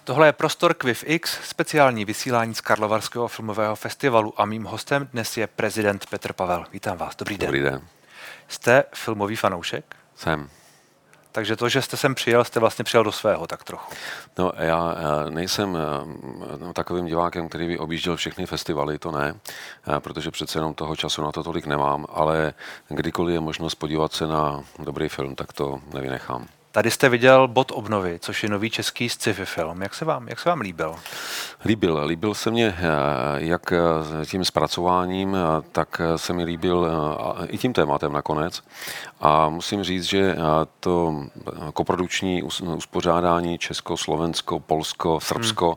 Tohle je Prostor QuiffX, speciální vysílání z Karlovarského filmového festivalu a mým hostem dnes je prezident Petr Pavel. Vítám vás, dobrý den. Dobrý den. Jste filmový fanoušek? Jsem. Takže to, že jste sem přijel, jste vlastně přijel do svého tak trochu. No, já nejsem takovým divákem, který by objížděl všechny festivaly, to ne, protože přece jenom toho času na to tolik nemám, ale kdykoliv je možnost podívat se na dobrý film, tak to nevynechám. Tady jste viděl Bod obnovy, což je nový český sci-fi film. Jak se vám líbil? Líbil se mně jak tím zpracováním, tak se mi líbil i tím tématem nakonec. A musím říct, že to koprodukční uspořádání Česko, Slovensko, Polsko, Srbsko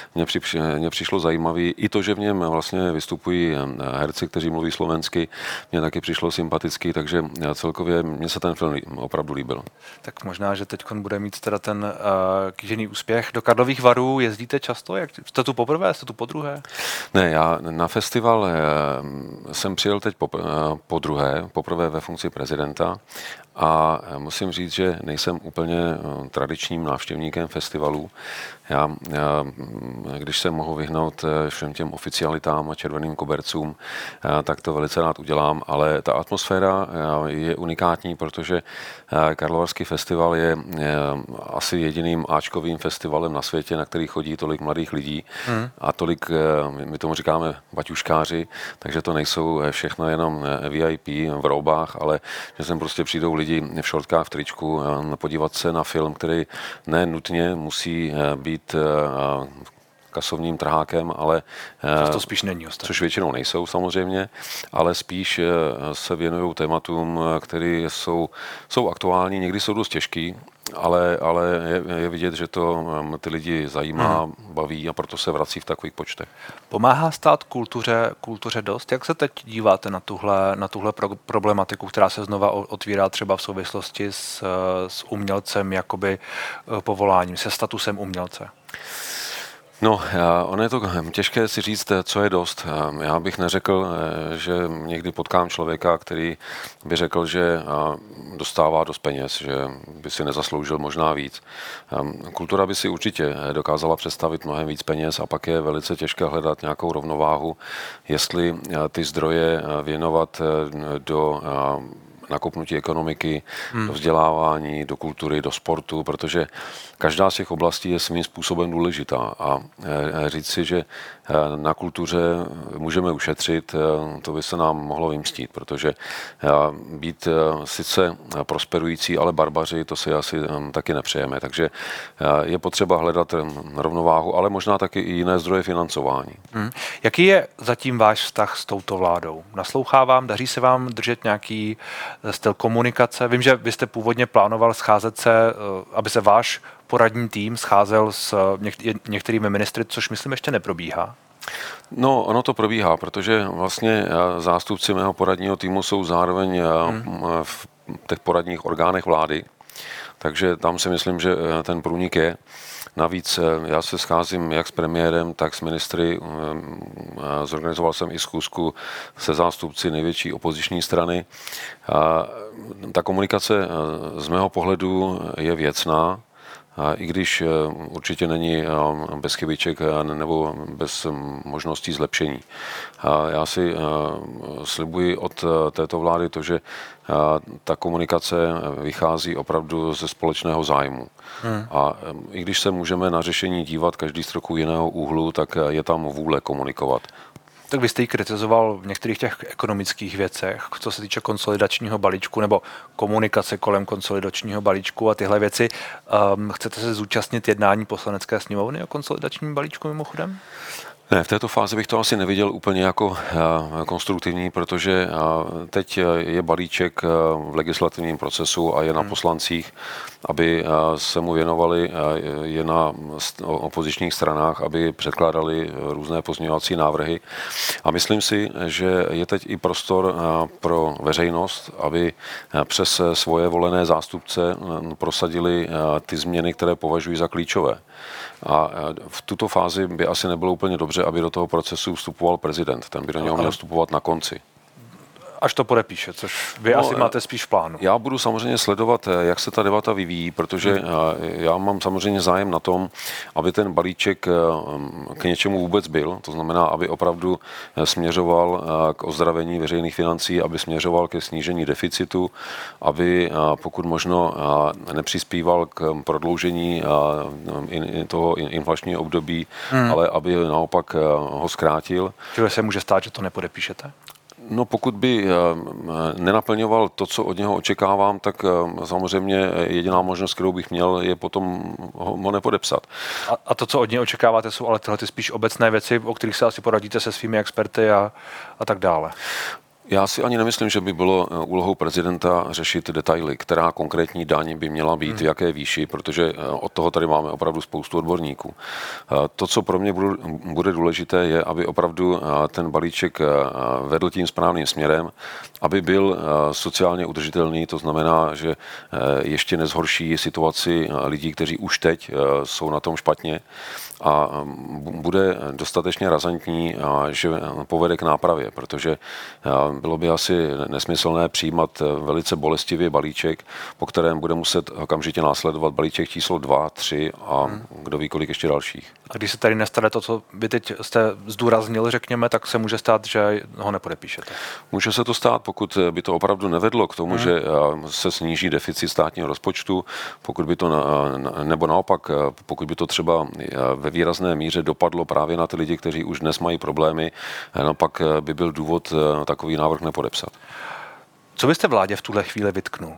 mě přišlo zajímavý. I to, že v něm vlastně vystupují herci, kteří mluví slovensky, mě taky přišlo sympatický, takže celkově mně se ten film opravdu líbil. Tak možná, že teď bude mít teda ten kýžený úspěch. Do Karlových Varů jezdíte často? Jste tu poprvé, jste tu podruhé? Ne, já na festival jsem přijel teď poprvé ve funkci prezidenta a musím říct, že nejsem úplně tradičním návštěvníkem festivalů. Já když se mohu vyhnout všem těm oficialitám a červeným kobercům, tak to velice rád udělám, ale ta atmosféra je unikátní, protože Karlovarský festival je asi jediným áčkovým festivalem na světě, na který chodí tolik mladých lidí a tolik, my tomu říkáme baťuškáři, takže to nejsou všechno jenom VIP v roubách, ale že sem prostě přijdou lidi v šortkách, v tričku podívat se na film, který ne nutně musí být kasovním trhákem, ale to spíš není ostatně. Což většinou nejsou samozřejmě, ale spíš se věnují tématům, které jsou aktuální, někdy jsou dost těžký, ale je vidět, že to ty lidi zajímá, baví a proto se vrací v takových počtech. Pomáhá stát kultuře dost? Jak se teď díváte na tuhle problematiku, která se znova otvírá třeba v souvislosti s umělcem, jakoby povoláním, se statusem umělce? No, ono je to těžké si říct, co je dost. Já bych neřekl, že někdy potkám člověka, který by řekl, že dostává dost peněz, že by si nezasloužil možná víc. Kultura by si určitě dokázala představit mnohem víc peněz a pak je velice těžké hledat nějakou rovnováhu, jestli ty zdroje věnovat do nakopnutí ekonomiky, do vzdělávání, do kultury, do sportu, protože každá z těch oblastí je svým způsobem důležitá a říct si, že na kultuře můžeme ušetřit, to by se nám mohlo vymstít, protože být sice prosperující, ale barbaři, to si asi taky nepřejeme, takže je potřeba hledat rovnováhu, ale možná taky i jiné zdroje financování. Jaký je zatím váš vztah s touto vládou? Naslouchá vám, daří se vám držet nějaký styl komunikace? Vím, že vy jste původně plánoval scházet se, aby se váš poradní tým scházel s některými ministry, což myslím ještě neprobíhá. No, ono to probíhá, protože vlastně zástupci mého poradního týmu jsou zároveň v těch poradních orgánech vlády, takže tam si myslím, že ten průnik je. Navíc já se scházím jak s premiérem, tak s ministry. Zorganizoval jsem i schůzku se zástupci největší opoziční strany. Ta komunikace z mého pohledu je věcná, i když určitě není bez chybiček nebo bez možností zlepšení. Já si slibuji od této vlády to, že ta komunikace vychází opravdu ze společného zájmu. A i když se můžeme na řešení dívat každý z trochu jiného úhlu, tak je tam vůle komunikovat. Tak vy jste ji kritizoval v některých těch ekonomických věcech, co se týče konsolidačního balíčku nebo komunikace kolem konsolidačního balíčku a tyhle věci. Chcete se zúčastnit jednání Poslanecké sněmovny o konsolidačním balíčku mimochodem? Ne, v této fázi bych to asi neviděl úplně jako konstruktivní, protože teď je balíček v legislativním procesu a je na poslancích, aby se mu věnovali, je na opozičních stranách, aby předkládali různé pozměňovací návrhy. A myslím si, že je teď i prostor pro veřejnost, aby přes svoje volené zástupce prosadili ty změny, které považují za klíčové. A v tuto fázi by asi nebylo úplně dobře, aby do toho procesu vstupoval prezident. Ten by do něho měl vstupovat na konci. až to podepíše, což vy asi máte spíš v plánu. Já budu samozřejmě sledovat, jak se ta debata vyvíjí, protože já mám samozřejmě zájem na tom, aby ten balíček k něčemu vůbec byl, to znamená, aby opravdu směřoval k ozdravení veřejných financí, aby směřoval ke snížení deficitu, aby pokud možno nepřispíval k prodloužení toho inflačního období, ale aby naopak ho zkrátil. Čili se může stát, že to nepodepíšete? No pokud by nenaplňoval to, co od něho očekávám, tak samozřejmě jediná možnost, kterou bych měl, je potom ho nepodepsat. A to, co od něj očekáváte, jsou ale tyhle spíš obecné věci, o kterých se asi poradíte se svými experty a tak dále. Já si ani nemyslím, že by bylo úlohou prezidenta řešit detaily, která konkrétní daň by měla být, v jaké výši, protože od toho tady máme opravdu spoustu odborníků. To, co pro mě bude důležité, je, aby opravdu ten balíček vedl tím správným směrem, aby byl sociálně udržitelný, to znamená, že ještě nezhorší situaci lidí, kteří už teď jsou na tom špatně, a bude dostatečně razantní, že povede k nápravě, protože bylo by asi nesmyslné přijímat velice bolestivě balíček, po kterém bude muset okamžitě následovat balíček číslo 2, 3 a kdo ví, kolik ještě dalších. A když se tady nestane to, co vy teď jste zdůraznili, řekněme, tak se může stát, že ho nepodepíšete. Může se to stát, pokud by to opravdu nevedlo k tomu, že se sníží deficit státního rozpočtu, pokud by to, nebo naopak, pokud by to třeba ve výrazné míře dopadlo právě na ty lidi, kteří už dnes mají problémy, no pak by byl důvod takový návrh nepodepsat. Co byste vládě v tuhle chvíli vytknul?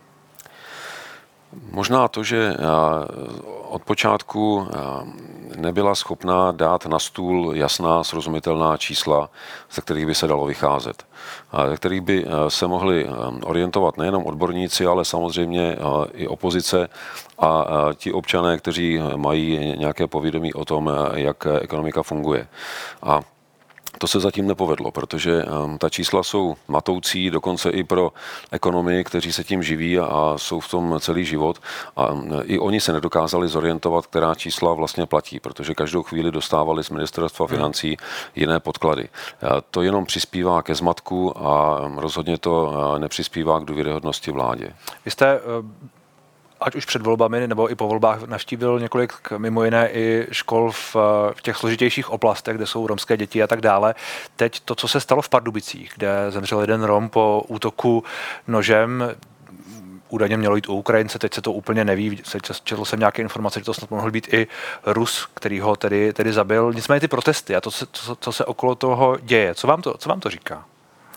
Možná to, že od počátku nebyla schopná dát na stůl jasná, srozumitelná čísla, ze kterých by se dalo vycházet. Ze kterých by se mohli orientovat nejenom odborníci, ale samozřejmě i opozice a ti občané, kteří mají nějaké povědomí o tom, jak ekonomika funguje. A to se zatím nepovedlo, protože ta čísla jsou matoucí, dokonce i pro ekonomy, kteří se tím živí a jsou v tom celý život. A i oni se nedokázali zorientovat, která čísla vlastně platí, protože každou chvíli dostávali z ministerstva financí jiné podklady. To jenom přispívá ke zmatku a rozhodně to nepřispívá k důvěryhodnosti vládě. Vy jste ať už před volbami nebo i po volbách navštívil několik mimo jiné i škol v těch složitějších oblastech, kde jsou romské děti a tak dále. Teď to, co se stalo v Pardubicích, kde zemřel jeden Rom po útoku nožem, údajně mělo jít o Ukrajince, teď se to úplně neví, četl jsem nějaké informace, že to snad mohl být i Rus, který ho tedy zabil. Nicméně ty protesty a to, co se okolo toho děje, co vám to říká?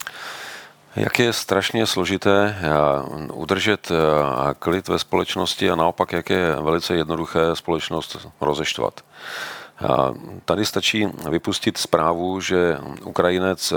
Jak je strašně složité udržet klid ve společnosti a naopak, jak je velice jednoduché společnost rozeštvat. Tady stačí vypustit zprávu, že Ukrajinec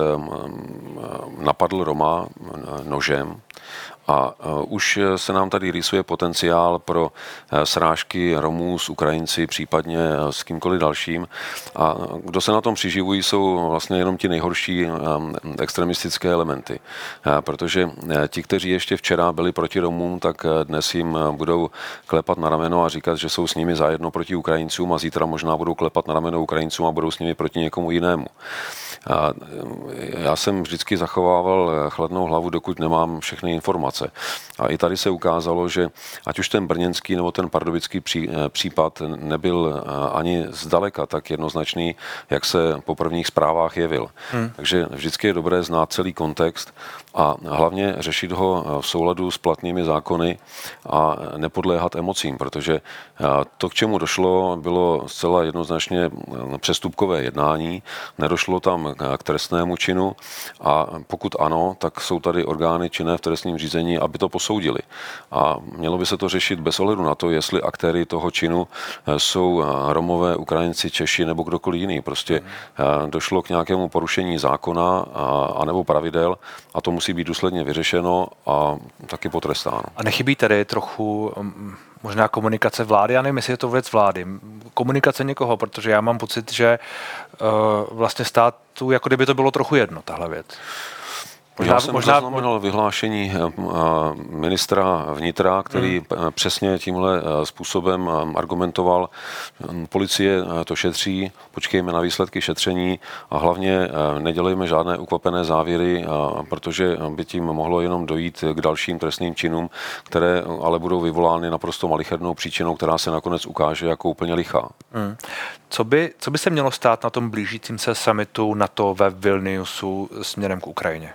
napadl Roma nožem a už se nám tady rýsuje potenciál pro srážky Romů s Ukrajinci, případně s kýmkoliv dalším. A kdo se na tom přiživují, jsou vlastně jenom ti nejhorší extremistické elementy. Protože ti, kteří ještě včera byli proti Romům, tak dnes jim budou klepat na rameno a říkat, že jsou s nimi zajedno proti Ukrajincům a zítra možná budou klepat na rameno Ukrajincům a budou s nimi proti někomu jinému. A já jsem vždycky zachovával chladnou hlavu, dokud nemám všechny informace. A i tady se ukázalo, že ať už ten brněnský nebo ten pardubický případ nebyl ani zdaleka tak jednoznačný, jak se po prvních zprávách jevil. Takže vždycky je dobré znát celý kontext a hlavně řešit ho v souladu s platnými zákony a nepodléhat emocím, protože to, k čemu došlo, bylo zcela jednoznačně přestupkové jednání, nedošlo tam k trestnému činu a pokud ano, tak jsou tady orgány činné v trestním řízení, aby to posoudili. A mělo by se to řešit bez ohledu na to, jestli aktéry toho činu jsou Romové, Ukrajinci, Češi nebo kdokoliv jiný. Prostě došlo k nějakému porušení zákona anebo pravidel a to musí být důsledně vyřešeno a taky potrestáno. A nechybí tady trochu možná komunikace vlády, já nevím, jestli je to věc vlády, komunikace někoho, protože já mám pocit, že vlastně státu, jako kdyby to bylo trochu jedno, tahle věc. Já jsem zaznamenal vyhlášení ministra vnitra, který přesně tímhle způsobem argumentoval. Policie to šetří, počkejme na výsledky šetření a hlavně nedělejme žádné ukvapené závěry, protože by tím mohlo jenom dojít k dalším trestným činům, které ale budou vyvolány naprosto malichernou příčinou, která se nakonec ukáže jako úplně lichá. Co by se mělo stát na tom blížícím se summitu NATO ve Vilniusu směrem k Ukrajině?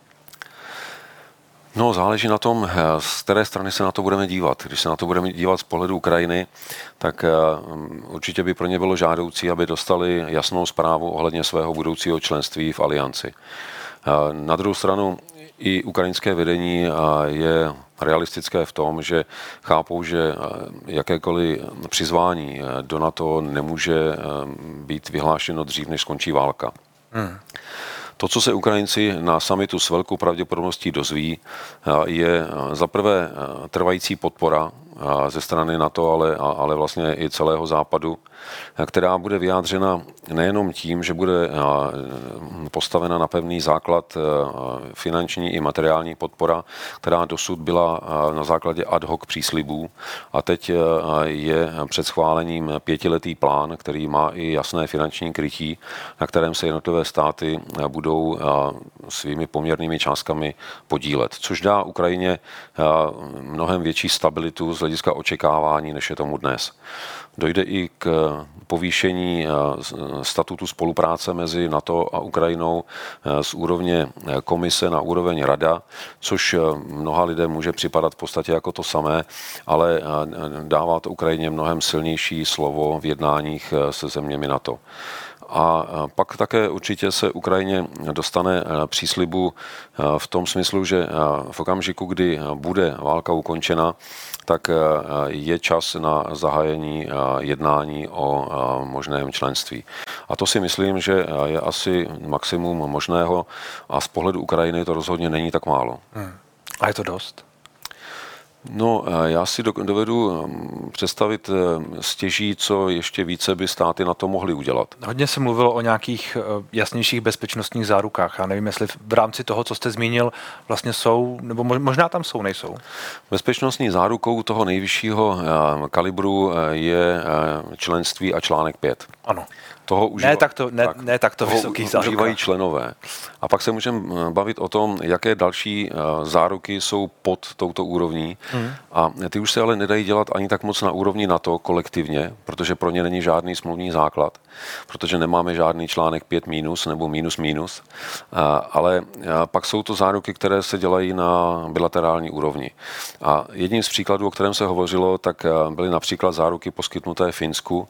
No, záleží na tom, z které strany se na to budeme dívat. Když se na to budeme dívat z pohledu Ukrajiny, tak určitě by pro ně bylo žádoucí, aby dostali jasnou zprávu ohledně svého budoucího členství v alianci. Na druhou stranu i ukrajinské vedení je realistické v tom, že chápou, že jakékoliv přizvání do NATO nemůže být vyhlášeno dřív, než skončí válka. To, co se Ukrajinci na summitu s velkou pravděpodobností dozví, je zaprvé trvající podpora ze strany NATO, ale vlastně i celého západu, která bude vyjádřena nejenom tím, že bude postavena na pevný základ finanční i materiální podpora, která dosud byla na základě ad hoc příslibů a teď je před schválením 5letý plán, který má i jasné finanční krytí, na kterém se jednotlivé státy budou svými poměrnými částkami podílet, což dá Ukrajině mnohem větší stabilitu z hlediska očekávání, než je tomu dnes. Dojde i k povýšení statutu spolupráce mezi NATO a Ukrajinou z úrovně komise na úroveň rada, což mnoha lidem může připadat v podstatě jako to samé, ale dává to Ukrajině mnohem silnější slovo v jednáních se zeměmi NATO. A pak také určitě se Ukrajině dostane příslibu v tom smyslu, že v okamžiku, kdy bude válka ukončena, tak je čas na zahájení jednání o možném členství. A to si myslím, že je asi maximum možného a z pohledu Ukrajiny to rozhodně není tak málo. A je to dost? No, já si dovedu představit stěží, co ještě více by státy na to mohly udělat. Hodně se mluvilo o nějakých jasnějších bezpečnostních zárukách. Já nevím, jestli v rámci toho, co jste zmínil, vlastně jsou, nebo možná tam jsou, nejsou. Bezpečnostní zárukou toho nejvyššího kalibru je členství a článek 5. Ano. Toho ne takto vysoký záruka. Užívají členové. A pak se můžeme bavit o tom, jaké další záruky jsou pod touto úrovní. A ty už se ale nedají dělat ani tak moc na úrovni NATO kolektivně, protože pro ně není žádný smluvní základ, protože nemáme žádný článek 5- nebo minus. Ale pak jsou to záruky, které se dělají na bilaterální úrovni. A jedním z příkladů, o kterém se hovořilo, tak byly například záruky poskytnuté Finsku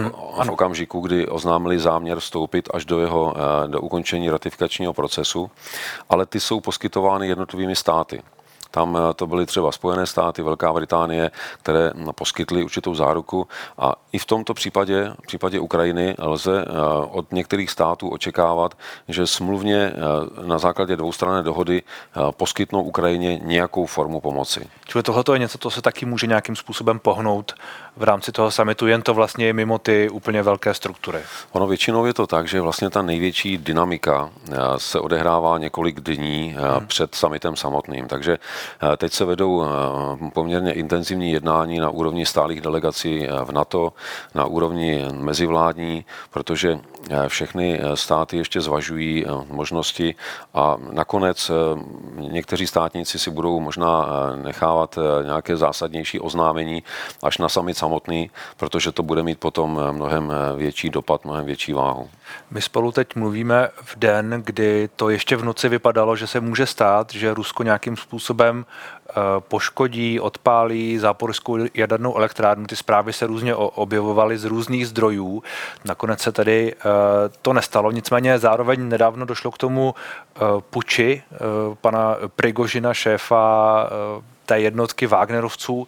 v okamžiku, kdy oznámili záměr vstoupit až do ukončení ratifikačního procesu, ale ty jsou poskytovány jednotlivými státy. Tam to byly třeba Spojené státy, Velká Británie, které poskytly určitou záruku a i v tomto případě, v případě Ukrajiny, lze od některých států očekávat, že smluvně na základě dvoustranné dohody poskytnou Ukrajině nějakou formu pomoci. Čili tohle je něco, co se taky může nějakým způsobem pohnout v rámci toho summitu, jen to vlastně je mimo ty úplně velké struktury. Ono většinou je to tak, že vlastně ta největší dynamika se odehrává několik dní před summitem samotným, takže teď se vedou poměrně intenzivní jednání na úrovni stálých delegací v NATO, na úrovni mezivládní, protože všechny státy ještě zvažují možnosti a nakonec někteří státníci si budou možná nechávat nějaké zásadnější oznámení až na summit samotný, protože to bude mít potom mnohem větší dopad, mnohem větší váhu. My spolu teď mluvíme v den, kdy to ještě v noci vypadalo, že se může stát, že Rusko nějakým způsobem poškodí, odpálí záporskou jadernou elektrárnu. Ty zprávy se různě objevovaly z různých zdrojů. Nakonec se tady to nestalo. Nicméně zároveň nedávno došlo k tomu puči pana Prigožina, šéfa té jednotky Wagnerovců,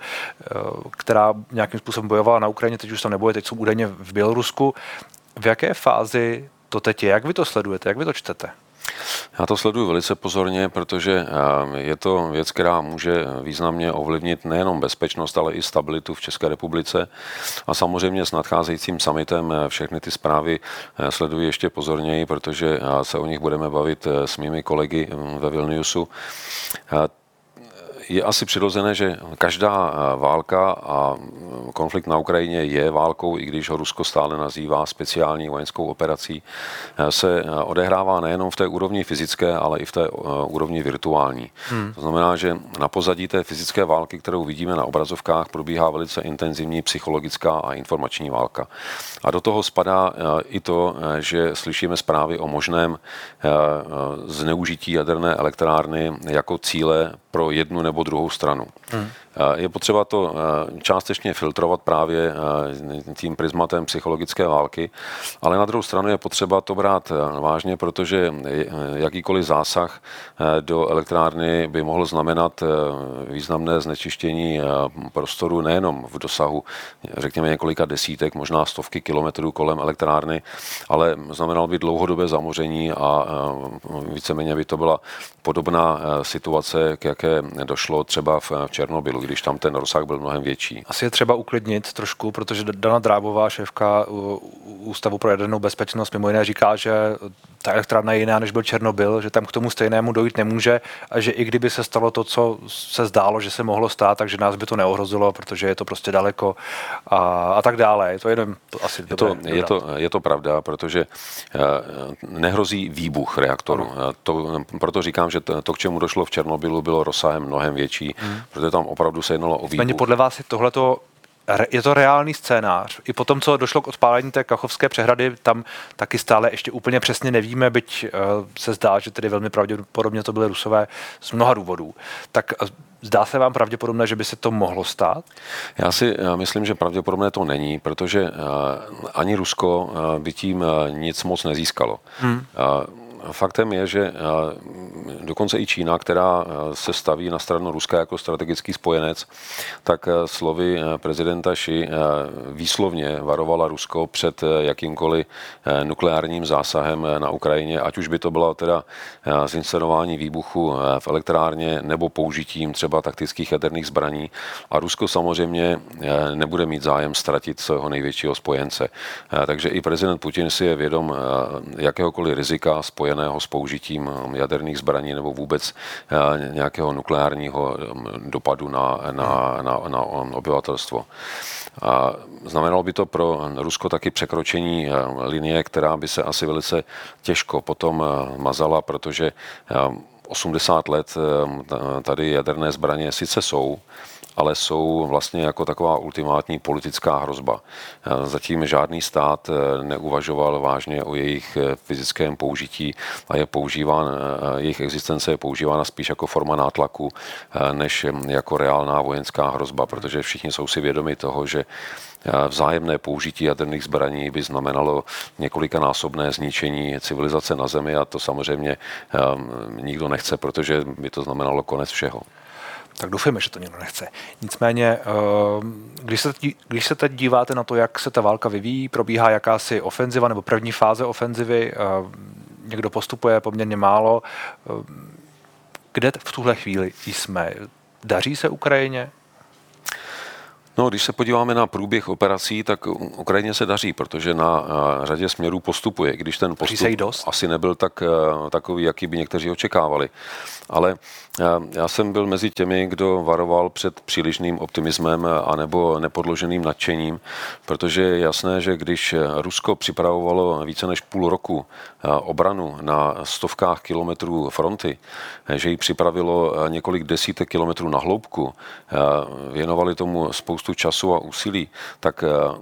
která nějakým způsobem bojovala na Ukrajině, teď už to neboje, teď jsou údajně v Bělorusku. V jaké fázi to teď je? Jak vy to sledujete? Jak vy to čtete? Já to sleduju velice pozorně, protože je to věc, která může významně ovlivnit nejenom bezpečnost, ale i stabilitu v České republice. A samozřejmě s nadcházejícím summitem všechny ty zprávy sleduji ještě pozorněji, protože se o nich budeme bavit s mými kolegy ve Vilniusu. Je asi přirozené, že každá válka a konflikt na Ukrajině je válkou, i když ho Rusko stále nazývá speciální vojenskou operací, se odehrává nejenom v té úrovni fyzické, ale i v té úrovni virtuální. To znamená, že na pozadí té fyzické války, kterou vidíme na obrazovkách, probíhá velice intenzivní psychologická a informační válka. A do toho spadá i to, že slyšíme zprávy o možném zneužití jaderné elektrárny jako cíle pro jednu nebo druhou stranu. Je potřeba to částečně filtrovat právě tím prismatem psychologické války, ale na druhou stranu je potřeba to brát vážně, protože jakýkoliv zásah do elektrárny by mohl znamenat významné znečištění prostoru nejenom v dosahu, řekněme, několika desítek, možná stovky kilometrů kolem elektrárny, ale znamenalo by dlouhodobé zamoření a víceméně by to byla podobná situace, k jaké došlo třeba v Černobylu, když tam ten rozsah byl mnohem větší. Asi je třeba uklidnit trošku, protože Dana Drábová, šéfka Ústavu pro jadernou bezpečnost, mimo jiné říká, že ta elektrárna je jiná, než byl Černobyl, že tam k tomu stejnému dojít nemůže a že i kdyby se stalo to, co se zdálo, že se mohlo stát, takže nás by to neohrozilo, protože je to prostě daleko a tak dále. Je to jenom asi je to pravda, protože nehrozí výbuch reaktoru. Proto říkám, že to, k čemu došlo v Černobylu, bylo rozsahem mnohem větší, protože tam opravdu se jednalo o výbuch. Podle vás je to reálný scénář. I po tom, co došlo k odpálení té Kachovské přehrady, tam taky stále ještě úplně přesně nevíme, byť se zdá, že tedy velmi pravděpodobně to byly Rusové z mnoha důvodů. Tak zdá se vám pravděpodobné, že by se to mohlo stát? Já si myslím, že pravděpodobné to není, protože ani Rusko by tím nic moc nezískalo. Faktem je, že dokonce i Čína, která se staví na stranu Ruska jako strategický spojenec, tak slovy prezidenta Xi výslovně varovala Rusko před jakýmkoliv nukleárním zásahem na Ukrajině, ať už by to bylo teda zinscenování výbuchu v elektrárně nebo použitím třeba taktických jaderných zbraní. A Rusko samozřejmě nebude mít zájem ztratit svého největšího spojence. Takže i prezident Putin si je vědom jakéhokoliv rizika spojeného s použitím jaderných zbraní nebo vůbec nějakého nukleárního dopadu na obyvatelstvo. A znamenalo by to pro Rusko taky překročení linie, která by se asi velice těžko potom mazala, protože 80 let tady jaderné zbraně sice jsou, ale jsou vlastně jako taková ultimátní politická hrozba. Zatím žádný stát neuvažoval vážně o jejich fyzickém použití a jejich existence je používána spíš jako forma nátlaku, než jako reálná vojenská hrozba, protože všichni jsou si vědomi toho, že vzájemné použití jaderných zbraní by znamenalo několikanásobné zničení civilizace na Zemi a to samozřejmě nikdo nechce, protože by to znamenalo konec všeho. Tak doufujeme, že to někdo nechce. Nicméně, když se teď díváte na to, jak se ta válka vyvíjí, probíhá jakási ofenziva nebo první fáze ofenzivy, někdo postupuje poměrně málo. Kde v tuhle chvíli jsme? Daří se Ukrajině? No, když se podíváme na průběh operací, tak Ukrajině se daří, protože na řadě směrů postupuje, když ten postup asi nebyl takový, jaký by někteří očekávali. Ale já jsem byl mezi těmi, kdo varoval před přílišným optimismem anebo nepodloženým nadšením, protože je jasné, že když Rusko připravovalo více než půl roku obranu na stovkách kilometrů fronty, že ji připravilo několik desítek kilometrů na hloubku, věnovali tomu spoustu času a úsilí, tak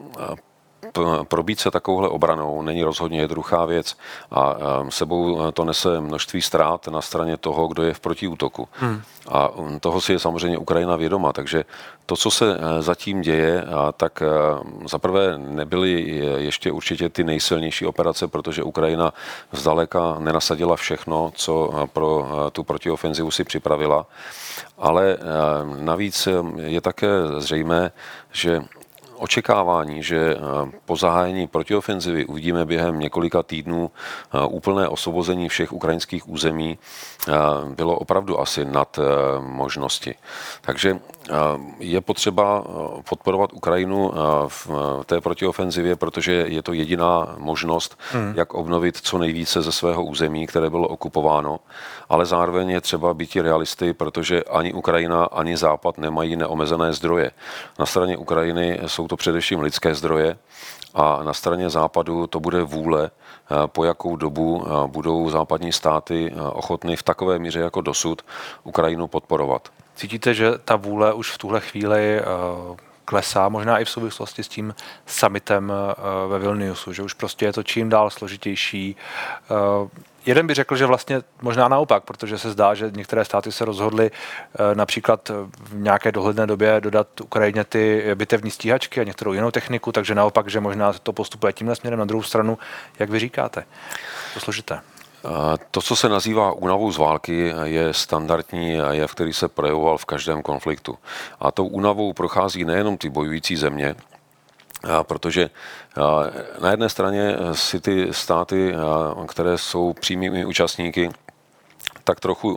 probít se takovouhle obranou není rozhodně jednoduchá věc a sebou to nese množství ztrát na straně toho, kdo je v protiútoku. A toho si je samozřejmě Ukrajina vědoma, takže to, co se zatím děje, tak zaprvé nebyly ještě určitě ty nejsilnější operace, protože Ukrajina zdaleka nenasadila všechno, co pro tu protiofenzivu si připravila, ale navíc je také zřejmé, že očekávání, že po zahájení protiofenzivy uvidíme během několika týdnů úplné osvobození všech ukrajinských území, bylo opravdu asi nad možnosti. Takže je potřeba podporovat Ukrajinu v té protiofenzivě, protože je to jediná možnost, jak obnovit co nejvíce ze svého území, které bylo okupováno, ale zároveň je třeba být realisty, protože ani Ukrajina, ani Západ nemají neomezené zdroje. Na straně Ukrajiny jsou to především lidské zdroje a na straně Západu to bude vůle, po jakou dobu budou západní státy ochotny v takové míře jako dosud Ukrajinu podporovat. Cítíte, že ta vůle už v tuhle chvíli klesá, možná i v souvislosti s tím summitem ve Vilniusu, že už prostě je to čím dál složitější. Jeden by řekl, že vlastně možná naopak, protože se zdá, že některé státy se rozhodly například v nějaké dohledné době dodat Ukrajině ty bitevní stíhačky a některou jinou techniku, takže naopak, že možná to postupuje tímhle směrem. Na druhou stranu, jak vy říkáte, to složité. To, co se nazývá únavou z války, je standardní jev, který se projevoval v každém konfliktu. A tou únavou prochází nejenom ty bojující země, protože na jedné straně si ty státy, které jsou přímými účastníky, tak trochu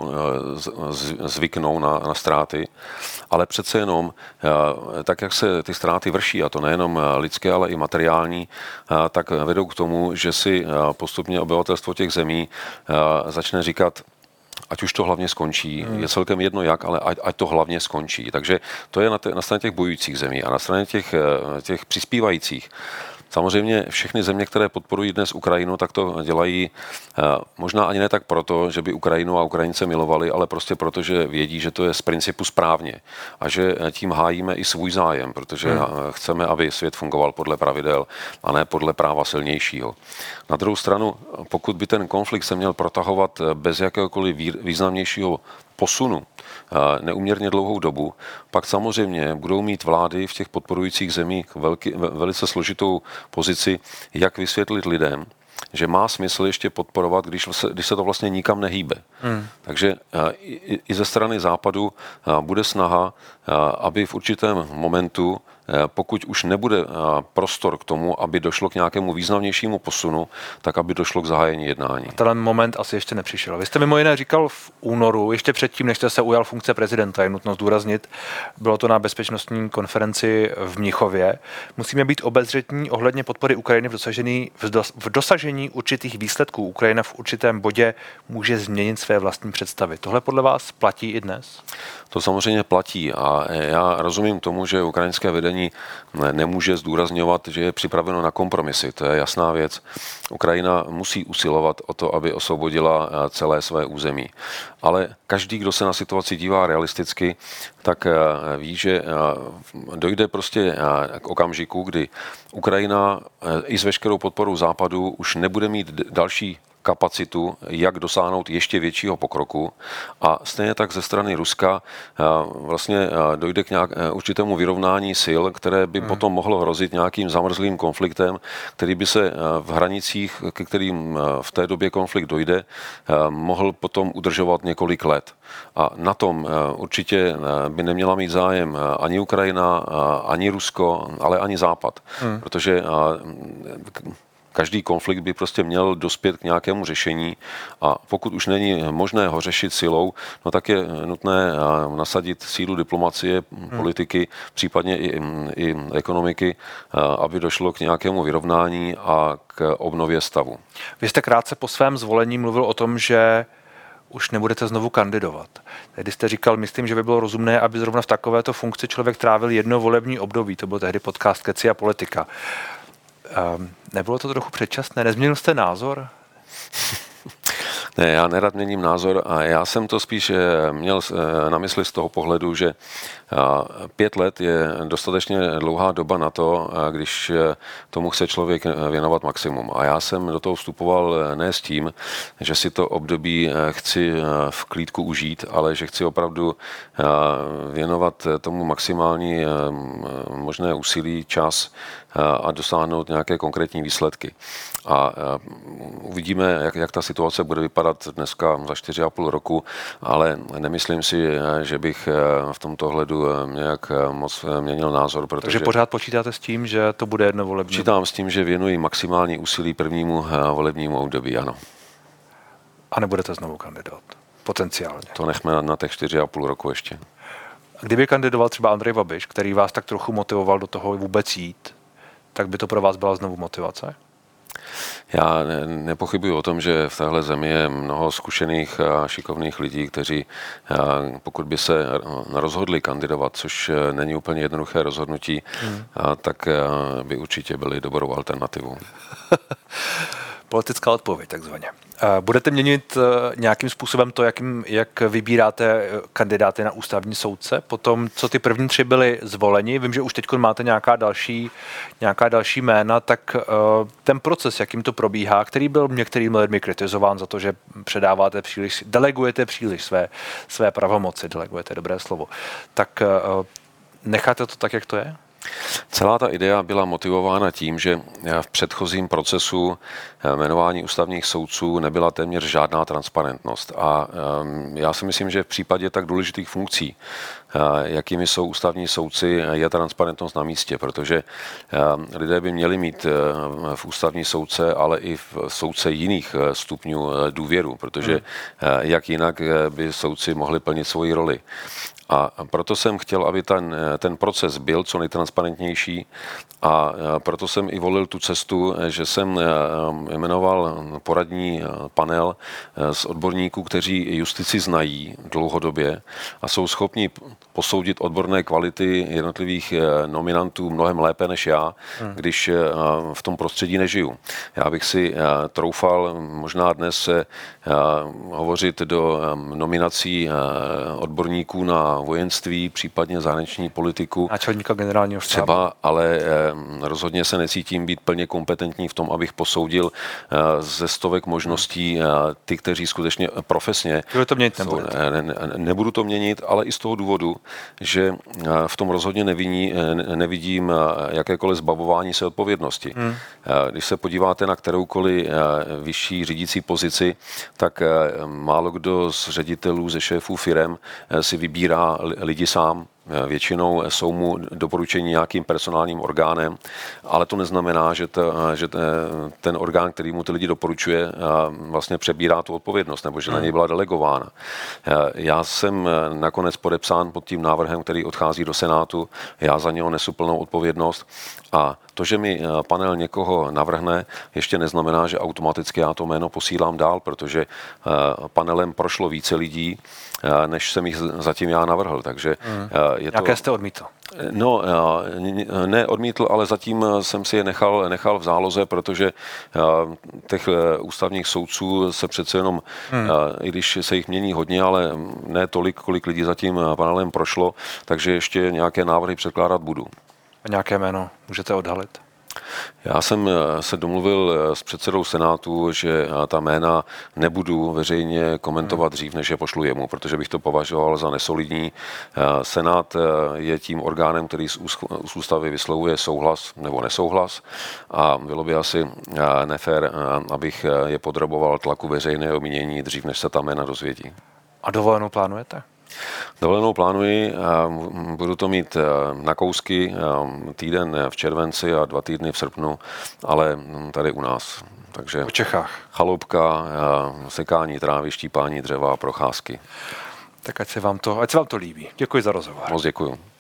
zvyknou na ztráty, ale přece jenom, tak jak se ty ztráty vrší, a to nejenom lidské, ale i materiální, tak vedou k tomu, že si postupně obyvatelstvo těch zemí začne říkat, ať už to hlavně skončí. Je celkem jedno jak, ale ať to hlavně skončí. Takže to je na straně těch bojujících zemí a na straně těch přispívajících. Samozřejmě všechny země, které podporují dnes Ukrajinu, tak to dělají možná ani ne tak proto, že by Ukrajinu a Ukrajince milovali, ale prostě proto, že vědí, že to je z principu správně a že tím hájíme i svůj zájem, protože chceme, aby svět fungoval podle pravidel a ne podle práva silnějšího. Na druhou stranu, pokud by ten konflikt se měl protahovat bez jakéhokoliv významnějšího posunu neúměrně dlouhou dobu, pak samozřejmě budou mít vlády v těch podporujících zemích velice složitou pozici, jak vysvětlit lidem, že má smysl ještě podporovat, když se to vlastně nikam nehýbe. Takže i ze strany Západu bude snaha, aby v určitém momentu, pokud už nebude prostor k tomu, aby došlo k nějakému významnějšímu posunu, tak aby došlo k zahájení jednání. Ten moment asi ještě nepřišel. Vy jste mimo jiné říkal v únoru, ještě předtím, než jste se ujal funkce prezidenta, je nutno zdůraznit, bylo to na bezpečnostní konferenci v Mnichově. Musíme být obezřetní ohledně podpory Ukrajiny v dosažení určitých výsledků. Ukrajina v určitém bodě může změnit své vlastní představy. Tohle podle vás platí i dnes? To samozřejmě platí a já rozumím tomu, že ukrajinské vedení nemůže zdůrazňovat, že je připraveno na kompromisy. To je jasná věc. Ukrajina musí usilovat o to, aby osvobodila celé své území. Ale každý, kdo se na situaci dívá realisticky, tak ví, že dojde prostě k okamžiku, kdy Ukrajina i s veškerou podporou Západu už nebude mít další kapacitu, jak dosáhnout ještě většího pokroku. A stejně tak ze strany Ruska vlastně dojde k určitému vyrovnání sil, které by potom mohlo hrozit nějakým zamrzlým konfliktem, který by se v hranicích, ke kterým v té době konflikt dojde, mohl potom udržovat několik let. A na tom určitě by neměla mít zájem ani Ukrajina, ani Rusko, ale ani Západ. Protože každý konflikt by prostě měl dospět k nějakému řešení a pokud už není možné ho řešit silou, no tak je nutné nasadit sílu diplomacie, politiky, případně i ekonomiky, aby došlo k nějakému vyrovnání a k obnově stavu. Vy jste krátce po svém zvolení mluvil o tom, že už nebudete znovu kandidovat. Tehdy jste říkal, myslím, že by bylo rozumné, aby zrovna v takovéto funkci člověk trávil jedno volební období. To byl tehdy podcast Keci a politika. Nebylo to trochu předčasné? Nezměnil jste názor? Ne, já nerad měním názor a já jsem to spíš měl na mysli z toho pohledu, že 5 let je dostatečně dlouhá doba na to, když tomu chce člověk věnovat maximum. A já jsem do toho vstupoval ne s tím, že si to období chci v klídku užít, ale že chci opravdu věnovat tomu maximální možné úsilí, čas a dosáhnout nějaké konkrétní výsledky. A uvidíme, jak ta situace bude vypadat dneska za 4,5 roku, ale nemyslím si, že bych v tomto hledu nějak moc měnil názor. Protože Takže pořád počítáte s tím, že to bude jedno volební? Počítám s tím, že věnuji maximální úsilí prvnímu volebnímu období, ano. A nebudete znovu kandidovat? Potenciálně. To nechme na těch 4,5 roku ještě. Kdyby kandidoval třeba Andrej Babiš, který vás tak trochu motivoval do toho vůbec jít, tak by to pro vás byla znovu motivace? Já nepochybuji o tom, že v téhle zemi je mnoho zkušených a šikovných lidí, kteří, pokud by se rozhodli kandidovat, což není úplně jednoduché rozhodnutí, tak by určitě byli dobrou alternativou. Politická odpověď, takzvaně. Budete měnit nějakým způsobem to, jak vybíráte kandidáty na ústavní soudce? Potom, co ty první 3 byli zvoleni, vím, že už teď máte nějaká další jména, tak ten proces, jakým to probíhá, který byl některými lidmi kritizován za to, že delegujete příliš své pravomoci, delegujete dobré slovo, tak necháte to tak, jak to je? Celá ta idea byla motivována tím, že v předchozím procesu jmenování ústavních soudců nebyla téměř žádná transparentnost. A já si myslím, že v případě tak důležitých funkcí, jakými jsou ústavní soudci, je transparentnost na místě, protože lidé by měli mít v ústavní soudce, ale i v soudce jiných stupňů důvěru, protože jak jinak by soudci mohli plnit svoji roli. A proto jsem chtěl, aby ten proces byl co nejtransparentnější, a proto jsem i volil tu cestu, že jsem jmenoval poradní panel z odborníků, kteří justici znají dlouhodobě a jsou schopni posoudit odborné kvality jednotlivých nominantů mnohem lépe než já, když v tom prostředí nežiju. Já bych si troufal možná dnes hovořit do nominací odborníků na vojenství, případně zahraniční politiku. Náčelníka generálního štábu. Třeba, ale rozhodně se necítím být plně kompetentní v tom, abych posoudil ze stovek možností ty, kteří skutečně profesně... To měnit nebudu to měnit, ale i z toho důvodu, že v tom rozhodně nevidím jakékoliv zbavování se odpovědnosti. Když se podíváte na kteroukoliv vyšší řídící pozici, tak málo kdo z ředitelů, ze šéfů firem si vybírá lidi sám. Většinou jsou mu doporučení nějakým personálním orgánem, ale to neznamená, že ten orgán, který mu ty lidi doporučuje, vlastně přebírá tu odpovědnost, nebo že na něj byla delegována. Já jsem nakonec podepsán pod tím návrhem, který odchází do Senátu, já za něho nesu plnou odpovědnost, a to, že mi panel někoho navrhne, ještě neznamená, že automaticky já to jméno posílám dál, protože panelem prošlo více lidí, než jsem jich zatím já navrhl, takže jaké jste odmítl? No, ne odmítl, ale zatím jsem si je nechal v záloze, protože těch ústavních soudců se přece jenom, i když se jich mění hodně, ale ne tolik, kolik lidí zatím panelem prošlo, takže ještě nějaké návrhy předkládat budu. A nějaké jméno můžete odhalit? Já jsem se domluvil s předsedou Senátu, že ta jména nebudu veřejně komentovat dřív, než je pošlu jemu, protože bych to považoval za nesolidní. Senát je tím orgánem, který z ústavy vyslovuje souhlas nebo nesouhlas, a bylo by asi nefér, abych je podroboval tlaku veřejného mínění dřív, než se ta jména dozvědí. A dovolenou plánujete? Dovolenou plánuji, budu to mít na kousky, týden v červenci a 2 týdny v srpnu, ale tady u nás. Takže v Čechách. Chaloupka, sekání trávy, štípání dřeva a procházky. Tak ať se vám to líbí. Děkuji za rozhovor. Moc děkuju.